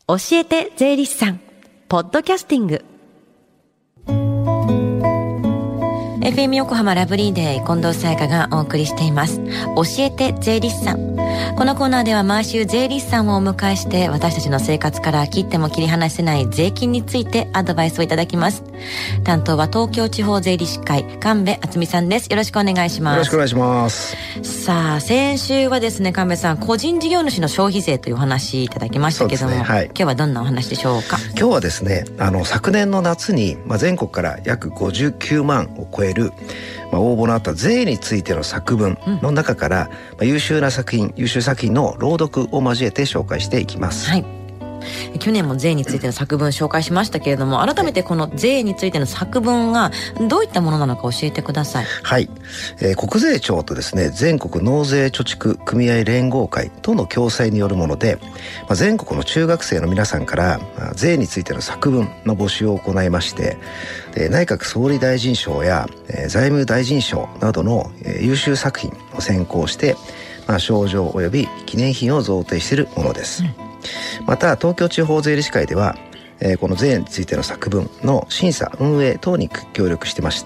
教えて税理士さんポッドキャスティング。 FM 横浜ラブリーデー近藤沙耶香がお送りしています教えて税理士さん。このコーナーでは毎週税理士さんをお迎えして私たちの生活から切っても切り離せない税金についてアドバイスをいただきます。担当は東京地方税理士会神戸敦美さんです。よろしくお願いします。 よろしくお願いします。 さあ先週はですね神戸さん個人事業主の消費税というお話いただきましたけども、 はい、 今日はどんなお話でしょうか。 今日はですね昨年の夏に、全国から約59万を超える、応募のあった税についての作文の中から、優秀作品の朗読を交えて紹介していきます。 はい、去年も税についての作文紹介しましたけれども、改めてこの税についての作文がどういったものなのか教えてください。 はい、国税庁とですね全国納税貯蓄組合連合会との共催によるもので、全国の中学生の皆さんから税についての作文の募集を行いまして、内閣総理大臣賞や財務大臣賞などの優秀作品を選考して、賞状及び記念品を贈呈しているものです。また東京地方税理士会では、この税についての作文の審査運営等に協力してまして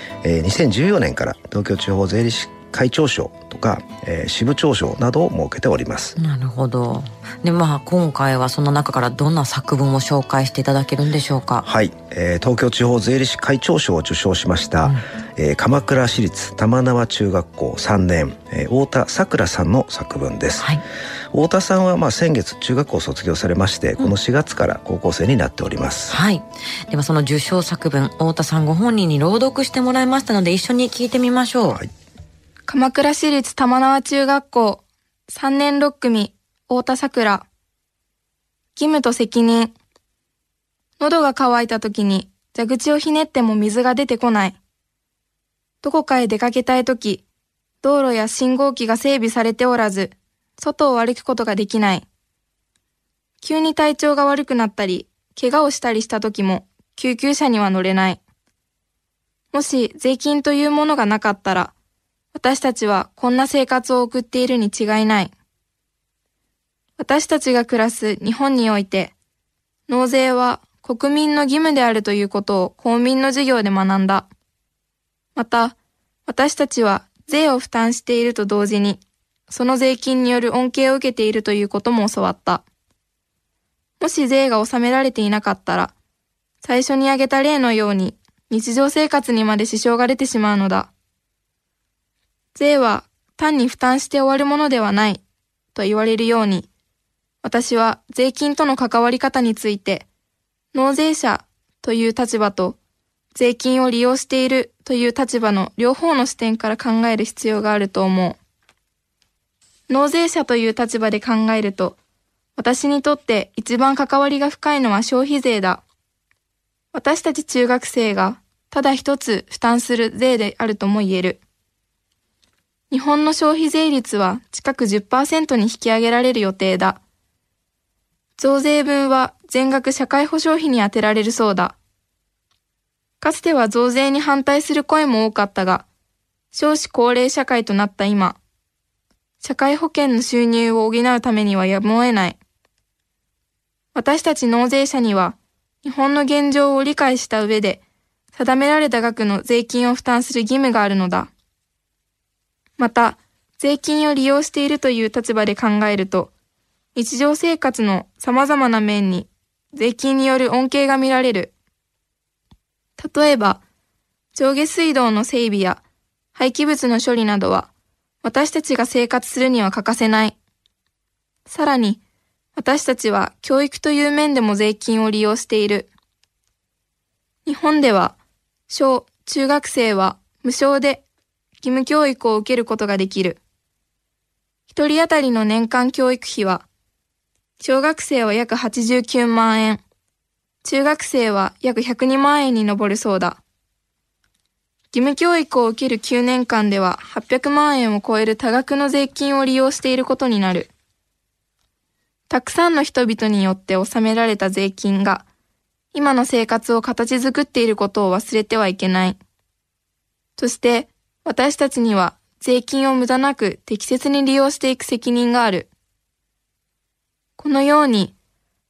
、2014年から東京地方税理士会長賞とか、支部長賞などを設けております。 なるほど。で今回はその中からどんな作文を紹介していただけるんでしょうか。 はい、東京地方税理士会長賞を受賞しました、鎌倉市立玉縄中学校3年、太田さくらさんの作文です。はい、太田さんは先月中学校を卒業されまして、この4月から高校生になっております。 はい、ではその受賞作文太田さんご本人に朗読してもらいましたので一緒に聞いてみましょう。はい、 鎌倉市立玉縄中学校3年6組太田さくら。義務と責任。喉が渇いた時に蛇口をひねっても水が出てこない。どこかへ出かけたい時、道路や信号機が整備されておらず、外を歩くことができない。急に体調が悪くなったり、怪我をしたりした時も救急車には乗れない。もし税金というものがなかったら、私たちはこんな生活を送っているに違いない。私たちが暮らす日本において、納税は国民の義務であるということを公民の授業で学んだ。また、私たちは税を負担していると同時に、その税金による恩恵を受けているということも教わった。もし税が納められていなかったら、最初に挙げた例のように日常生活にまで支障が出てしまうのだ。税は単に負担して終わるものではないと言われるように、私は税金との関わり方について、納税者という立場と税金を利用しているという立場の両方の視点から考える必要があると思う。納税者という立場で考えると、私にとって一番関わりが深いのは消費税だ。私たち中学生がただ一つ負担する税であるとも言える。日本の消費税率は近く 10% に引き上げられる予定だ。増税分は全額社会保障費に充てられるそうだ。かつては増税に反対する声も多かったが、少子高齢社会となった今、社会保険の収入を補うためにはやむを得ない。私たち納税者には、日本の現状を理解した上で、定められた額の税金を負担する義務があるのだ。また、税金を利用しているという立場で考えると、日常生活の様々な面に税金による恩恵が見られる。例えば、上下水道の整備や廃棄物の処理などは、私たちが生活するには欠かせない。さらに、私たちは教育という面でも税金を利用している。日本では、小・中学生は無償で義務教育を受けることができる。一人当たりの年間教育費は、小学生は約89万円、中学生は約102万円に上るそうだ。義務教育を受ける9年間では800万円を超える多額の税金を利用していることになる。たくさんの人々によって納められた税金が、今の生活を形作っていることを忘れてはいけない。そして、私たちには税金を無駄なく適切に利用していく責任がある。このように、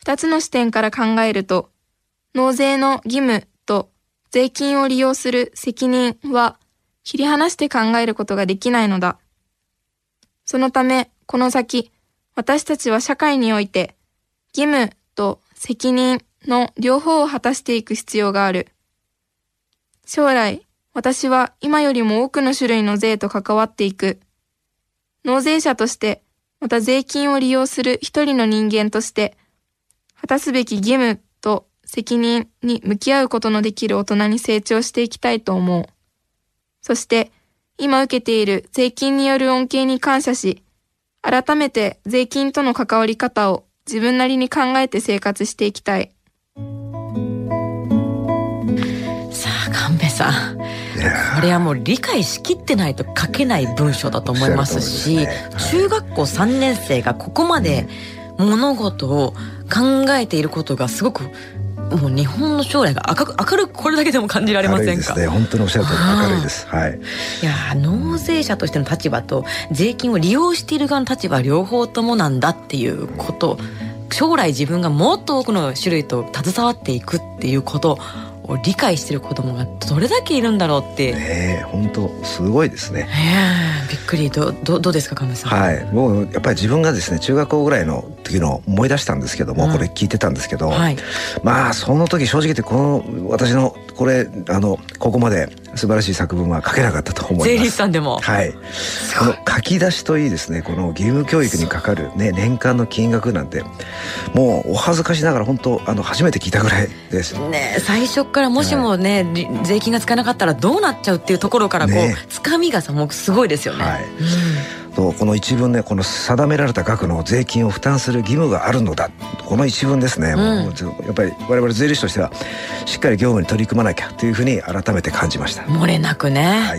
二つの視点から考えると、納税の義務と税金を利用する責任は切り離して考えることができないのだ。そのため、この先、私たちは社会において、義務と責任の両方を果たしていく必要がある。将来、私は今よりも多くの種類の税と関わっていく。納税者として、また税金を利用する一人の人間として、果たすべき義務と責任に向き合うことのできる大人に成長していきたいと思う。そして、今受けている税金による恩恵に感謝し、改めて税金との関わり方を自分なりに考えて生活していきたい。 さあ、神戸さん。これはもう理解しきってないと書けない文章だと思いますし、中学校3年生がここまで物事を考えていることがすごくもう日本の将来が明るくこれだけでも感じられませんか？ 明るいですね。本当におっしゃる通り明るいです。はい。 いや、納税者としての立場と税金を利用している側の立場両方ともなんだっていうこと、将来自分がもっと多くの種類と携わっていくっていうことを理解している子供がどれだけいるんだろうって。 ねえ、本当すごいですね。 びっくり。どうですか、亀さん？ はい。もうやっぱり自分がですね、中学校ぐらいの時の思い出したんですけども、これ聞いてたんですけど、はい、まあその時正直言って私のこれここまで素晴らしい作文は書けなかったと思います。 税理士さんでも。 はい。この書き出しといいですね、この義務教育にかかるね年間の金額なんてもうお恥ずかしながら本当初めて聞いたぐらいですね。最初からもしもね、はい、税金がつかなかったらどうなっちゃうっていうところからつかみがもうすごいですよね。はい。 この一文ね、この定められた額の税金を負担する義務があるのだ、この一文ですね、もうやっぱり我々税理士としてはしっかり業務に取り組まなきゃというふうに改めて感じました。 漏れなくね。はい。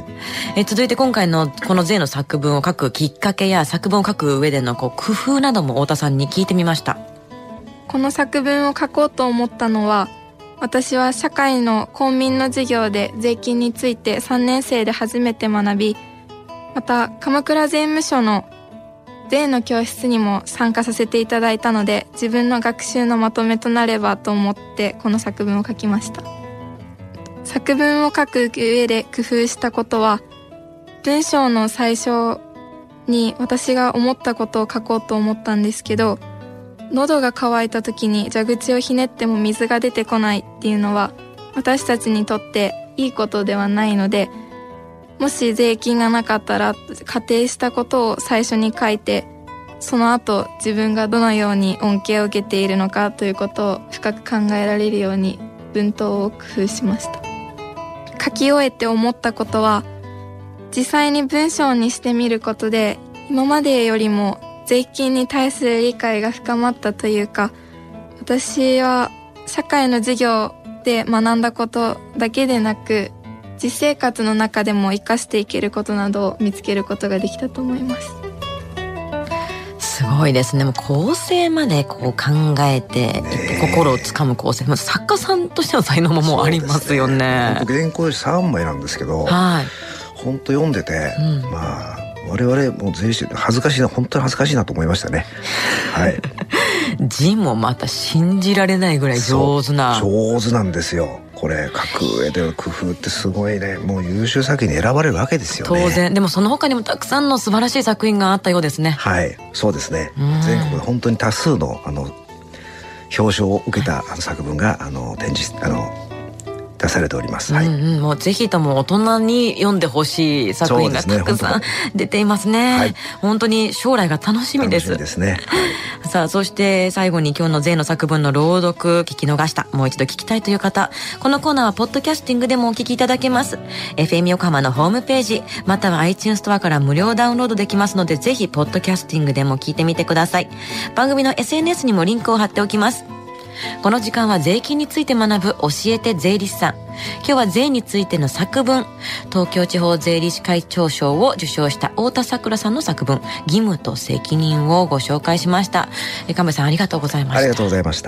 続いて今回のこの税の作文を書くきっかけや作文を書く上での工夫なども太田さんに聞いてみました。 この作文を書こうと思ったのは、私は社会の公民の授業で税金について3年生で初めて学び、また鎌倉税務署の税の教室にも参加させていただいたので、自分の学習のまとめとなればと思ってこの作文を書きました。作文を書く上で工夫したことは、文章の最初に私が思ったことを書こうと思ったんですけど、喉が渇いた時に蛇口をひねっても水が出てこないっていうのは私たちにとっていいことではないので、もし税金がなかったら仮定したことを最初に書いて、その後自分がどのように恩恵を受けているのかということを深く考えられるように文頭を工夫しました。書き終えて思ったことは、実際に文章にしてみることで今までよりも税金に対する理解が深まったというか、私は社会の授業で学んだことだけでなく、実生活の中でも活かしていけることなどを見つけることができたと思います。 すごいですね。もう構成まで考えて心をつかむ構成、作家さんとしての才能ももうありますよね。 僕原稿3枚なんですけど、はい、本当読んでて、まあ我々も税理士恥ずかしいな、本当に恥ずかしいなと思いましたね。はい。 字もまた信じられないぐらい上手なんですよ。これ書く上での工夫ってすごいね。もう優秀作品に選ばれるわけですよね。 当然。でもその他にもたくさんの素晴らしい作品があったようですね。 はい、そうですね。全国で本当に多数の表彰を受けた作文が展示出されております。はい。 もうぜひとも大人に読んでほしい作品がたくさん出ていますね。はい、本当に将来が楽しみです。 楽しみですね。 さあ、そして最後に今日の税の作文の朗読聞き逃した、もう一度聞きたいという方、このコーナーはポッドキャスティングでもお聞きいただけます。FM 横浜のホームページまたは iTunes ストアから無料ダウンロードできますので、ぜひポッドキャスティングでも聞いてみてください。番組の SNS にもリンクを貼っておきます。この時間は税金について学ぶ教えて税理士さん。今日は税についての作文、東京地方税理士会長賞を受賞した太田さくらさんの作文、義務と責任をご紹介しました。神戸さん、ありがとうございました。 ありがとうございました。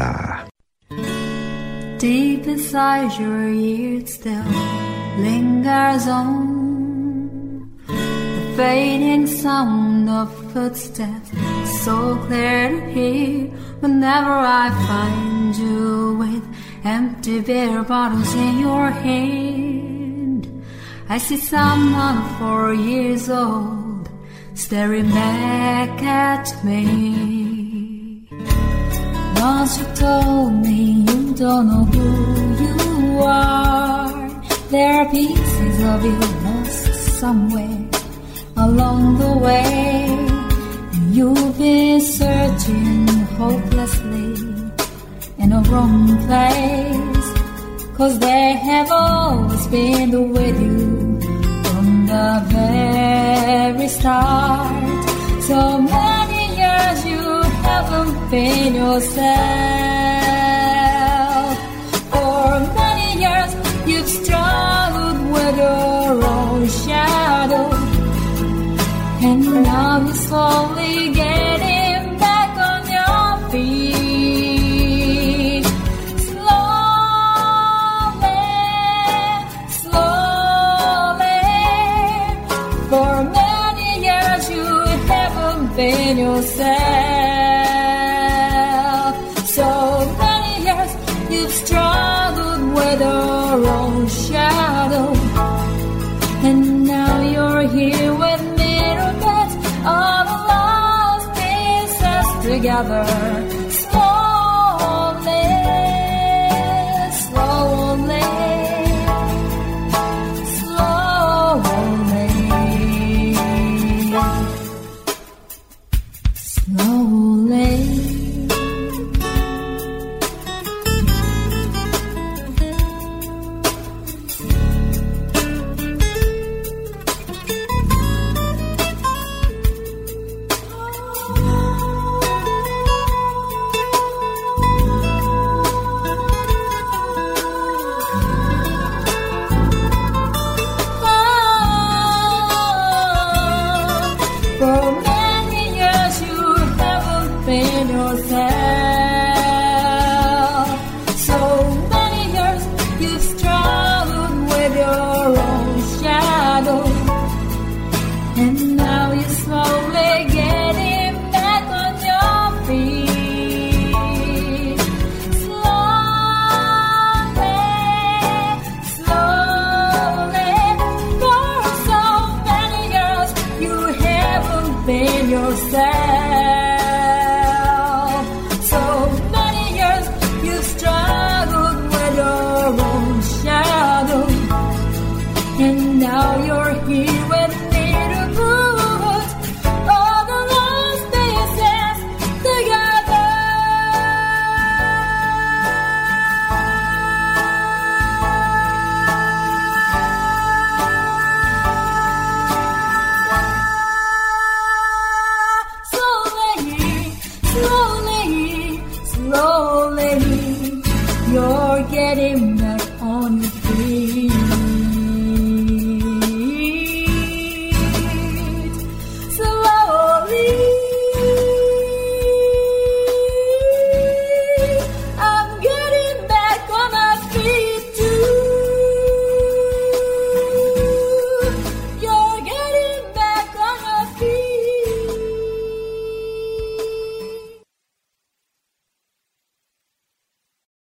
Deep inside your ears still lingers on the fading sound of footsteps so clear to hear whenever I find you with empty beer bottles in your hand. I see someone 4 years old staring back at me. Once you told me you don't know who you are. There are pieces of you lost somewhere along the way. You've been searching hopelessly in a wrong place, 'cause they have always been with you from the very start. So many years you haven't been yourself. For many years you've struggled with your own shadow, and now you're slowly getting back on your feet. Slowly, slowly. For many years you haven't been yourself. So many years you've struggled with your own shadow, and now you're here with me to put all the lost pieces together. Slowly, slowly, slowly, slowly. For many years you haven't been yourself. So many years you've struggled with your own shadow, and now you're slowly getting back on your feet. Slowly, slowly. For so many years you haven't been yourself. So many years you've struggled with your own shadow, and now you're here with me to put all the lost pieces together. Slowly, slowly, slowly, you're getting